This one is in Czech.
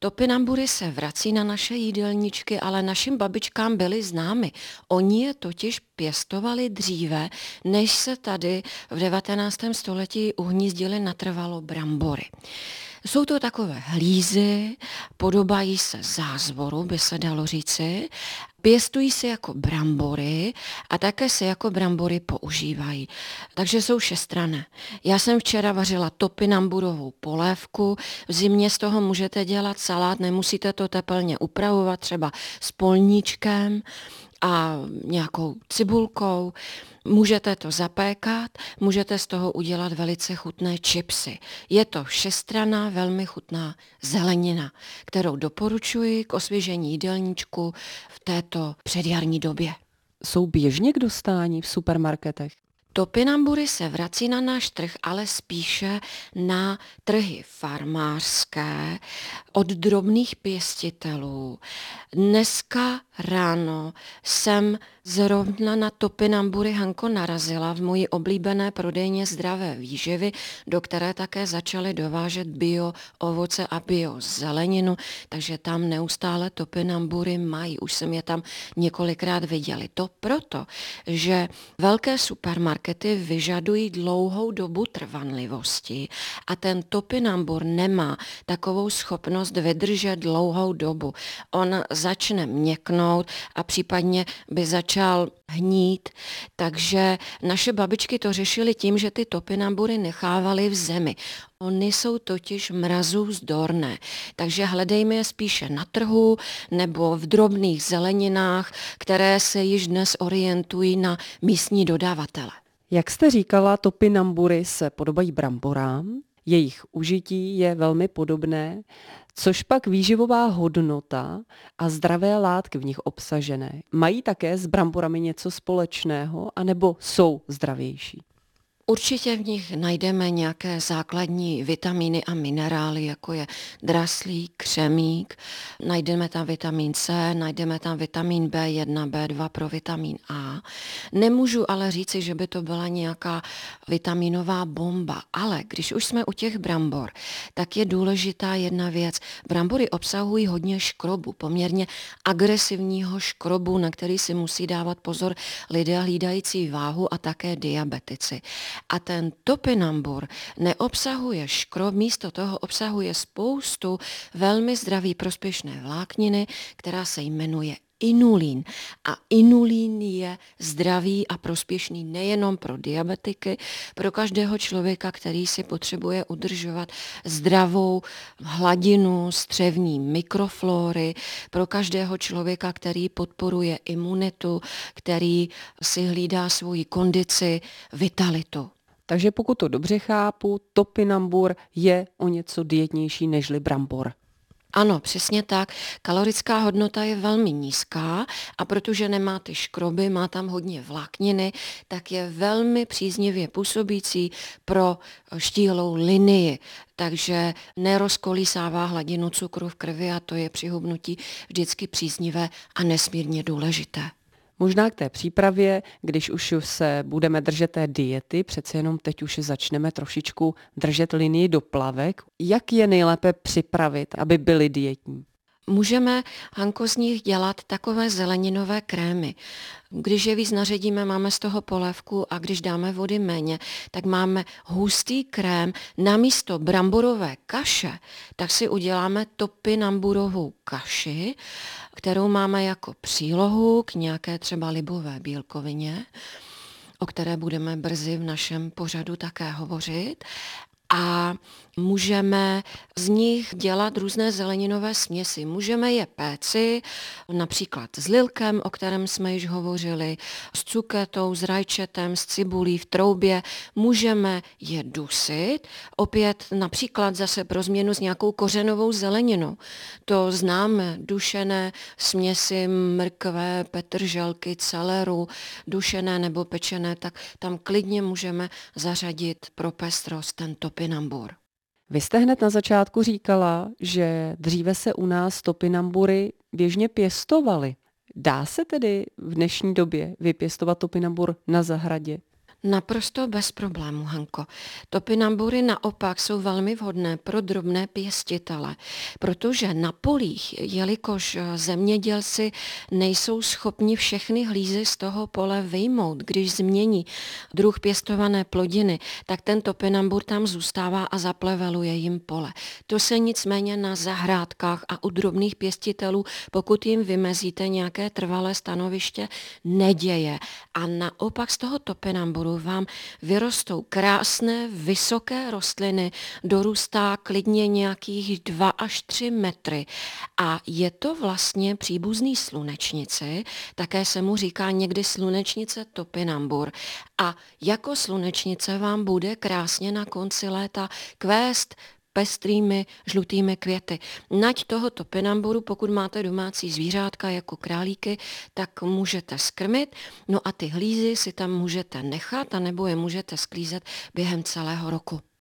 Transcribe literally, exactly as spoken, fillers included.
Topinambury se vrací na naše jídelníčky, ale našim babičkám byly známy. Oni je totiž pěstovali dříve, než se tady v devatenáctém století uhnízdily natrvalo brambory. Jsou to takové hlízy, podobají se zázvoru, by se dalo říci, pěstují se jako brambory a také se jako brambory používají. Takže jsou šestranné. Já jsem včera vařila topinamburovou polévku, v zimě z toho můžete dělat salát, nemusíte to tepelně upravovat, třeba s polníčkem a nějakou cibulkou. Můžete to zapékat, můžete z toho udělat velice chutné chipsy. Je to všestranná, velmi chutná zelenina, kterou doporučuji k osvěžení jídelníčku v této předjarní době. Jsou běžně k dostání v supermarketech? Topinambury se vrací na náš trh, ale spíše na trhy farmářské od drobných pěstitelů. Dneska ráno jsem zrovna na topinambury, Hanko, narazila v mojí oblíbené prodejně zdravé výživy, do které také začaly dovážet bio ovoce a bio zeleninu, takže tam neustále topinambury mají. Už jsem je tam několikrát viděli. To proto, že velké supermarkety vyžadují dlouhou dobu trvanlivosti a ten topinambur nemá takovou schopnost vydržet dlouhou dobu. On začne měknout a případně by začal hnít, takže naše babičky to řešily tím, že ty topinambury nechávaly v zemi. Ony jsou totiž mrazu vzdorné, takže hledejme je spíše na trhu nebo v drobných zeleninách, které se již dnes orientují na místní dodavatele. Jak jste říkala, topinambury se podobají bramborám, jejich užití je velmi podobné, což pak výživová hodnota a zdravé látky v nich obsažené. Mají také s bramborami něco společného, anebo jsou zdravější? Určitě v nich najdeme nějaké základní vitamíny a minerály, jako je draslík, křemík, najdeme tam vitamin C, najdeme tam vitamin bé jedna, bé dva pro vitamin A. Nemůžu ale říci, že by to byla nějaká vitaminová bomba, ale když už jsme u těch brambor, tak je důležitá jedna věc. Brambory obsahují hodně škrobu, poměrně agresivního škrobu, na který si musí dávat pozor lidé hlídající váhu a také diabetici. A ten topinambur neobsahuje škrob, místo toho obsahuje spoustu velmi zdraví prospěšné vlákniny, která se jmenuje inulín. A inulín je zdravý a prospěšný nejenom pro diabetiky, pro každého člověka, který si potřebuje udržovat zdravou hladinu střevní mikroflóry, pro každého člověka, který podporuje imunitu, který si hlídá svoji kondici, vitalitu. Takže pokud to dobře chápu, topinambur je o něco dietnější nežli brambor. Ano, přesně tak. Kalorická hodnota je velmi nízká a protože nemá ty škroby, má tam hodně vlákniny, tak je velmi příznivě působící pro štíhlou linii. Takže nerozkolísává hladinu cukru v krvi a to je při hubnutí vždycky příznivé a nesmírně důležité. Možná k té přípravě, když už se budeme držet té diety, přece jenom teď už začneme trošičku držet linii do plavek. Jak je nejlépe připravit, aby byly dietní? Můžeme, Hanko, z nich dělat takové zeleninové krémy. Když je víc naředíme, máme z toho polévku a když dáme vody méně, tak máme hustý krém. Namísto bramborové kaše, tak si uděláme topinamburovou kaši, kterou máme jako přílohu k nějaké třeba libové bílkovině, o které budeme brzy v našem pořadu také hovořit. A můžeme z nich dělat různé zeleninové směsi. Můžeme je péci, například s lilkem, o kterém jsme již hovořili, s cuketou, s rajčetem, s cibulí v troubě. Můžeme je dusit, opět například zase pro změnu s nějakou kořenovou zeleninou. To známe, dušené směsi mrkve, petrželky, celeru, dušené nebo pečené, tak tam klidně můžeme zařadit pro pestrost ten topinambur. Vy jste hned na začátku říkala, že dříve se u nás topinambury běžně pěstovaly. Dá se tedy v dnešní době vypěstovat topinambur na zahradě? Naprosto bez problémů, Hanko. Topinambury naopak jsou velmi vhodné pro drobné pěstitele, protože na polích, jelikož zemědělci nejsou schopni všechny hlízy z toho pole vyjmout, když změní druh pěstované plodiny, tak ten topinambur tam zůstává a zapleveluje jim pole. To se nicméně na zahrádkách a u drobných pěstitelů, pokud jim vymezíte nějaké trvalé stanoviště, neděje. A naopak z toho topinamburu vám vyrostou krásné, vysoké rostliny, dorůstá klidně nějakých dva až tři metry a je to vlastně příbuzný slunečnici, také se mu říká někdy slunečnice topinambur a jako slunečnice vám bude krásně na konci léta kvést pestrými žlutými květy. Nať toho topinamburu, pokud máte domácí zvířátka jako králíky, tak můžete skrmit, no a ty hlízy si tam můžete nechat, anebo je můžete sklízet během celého roku.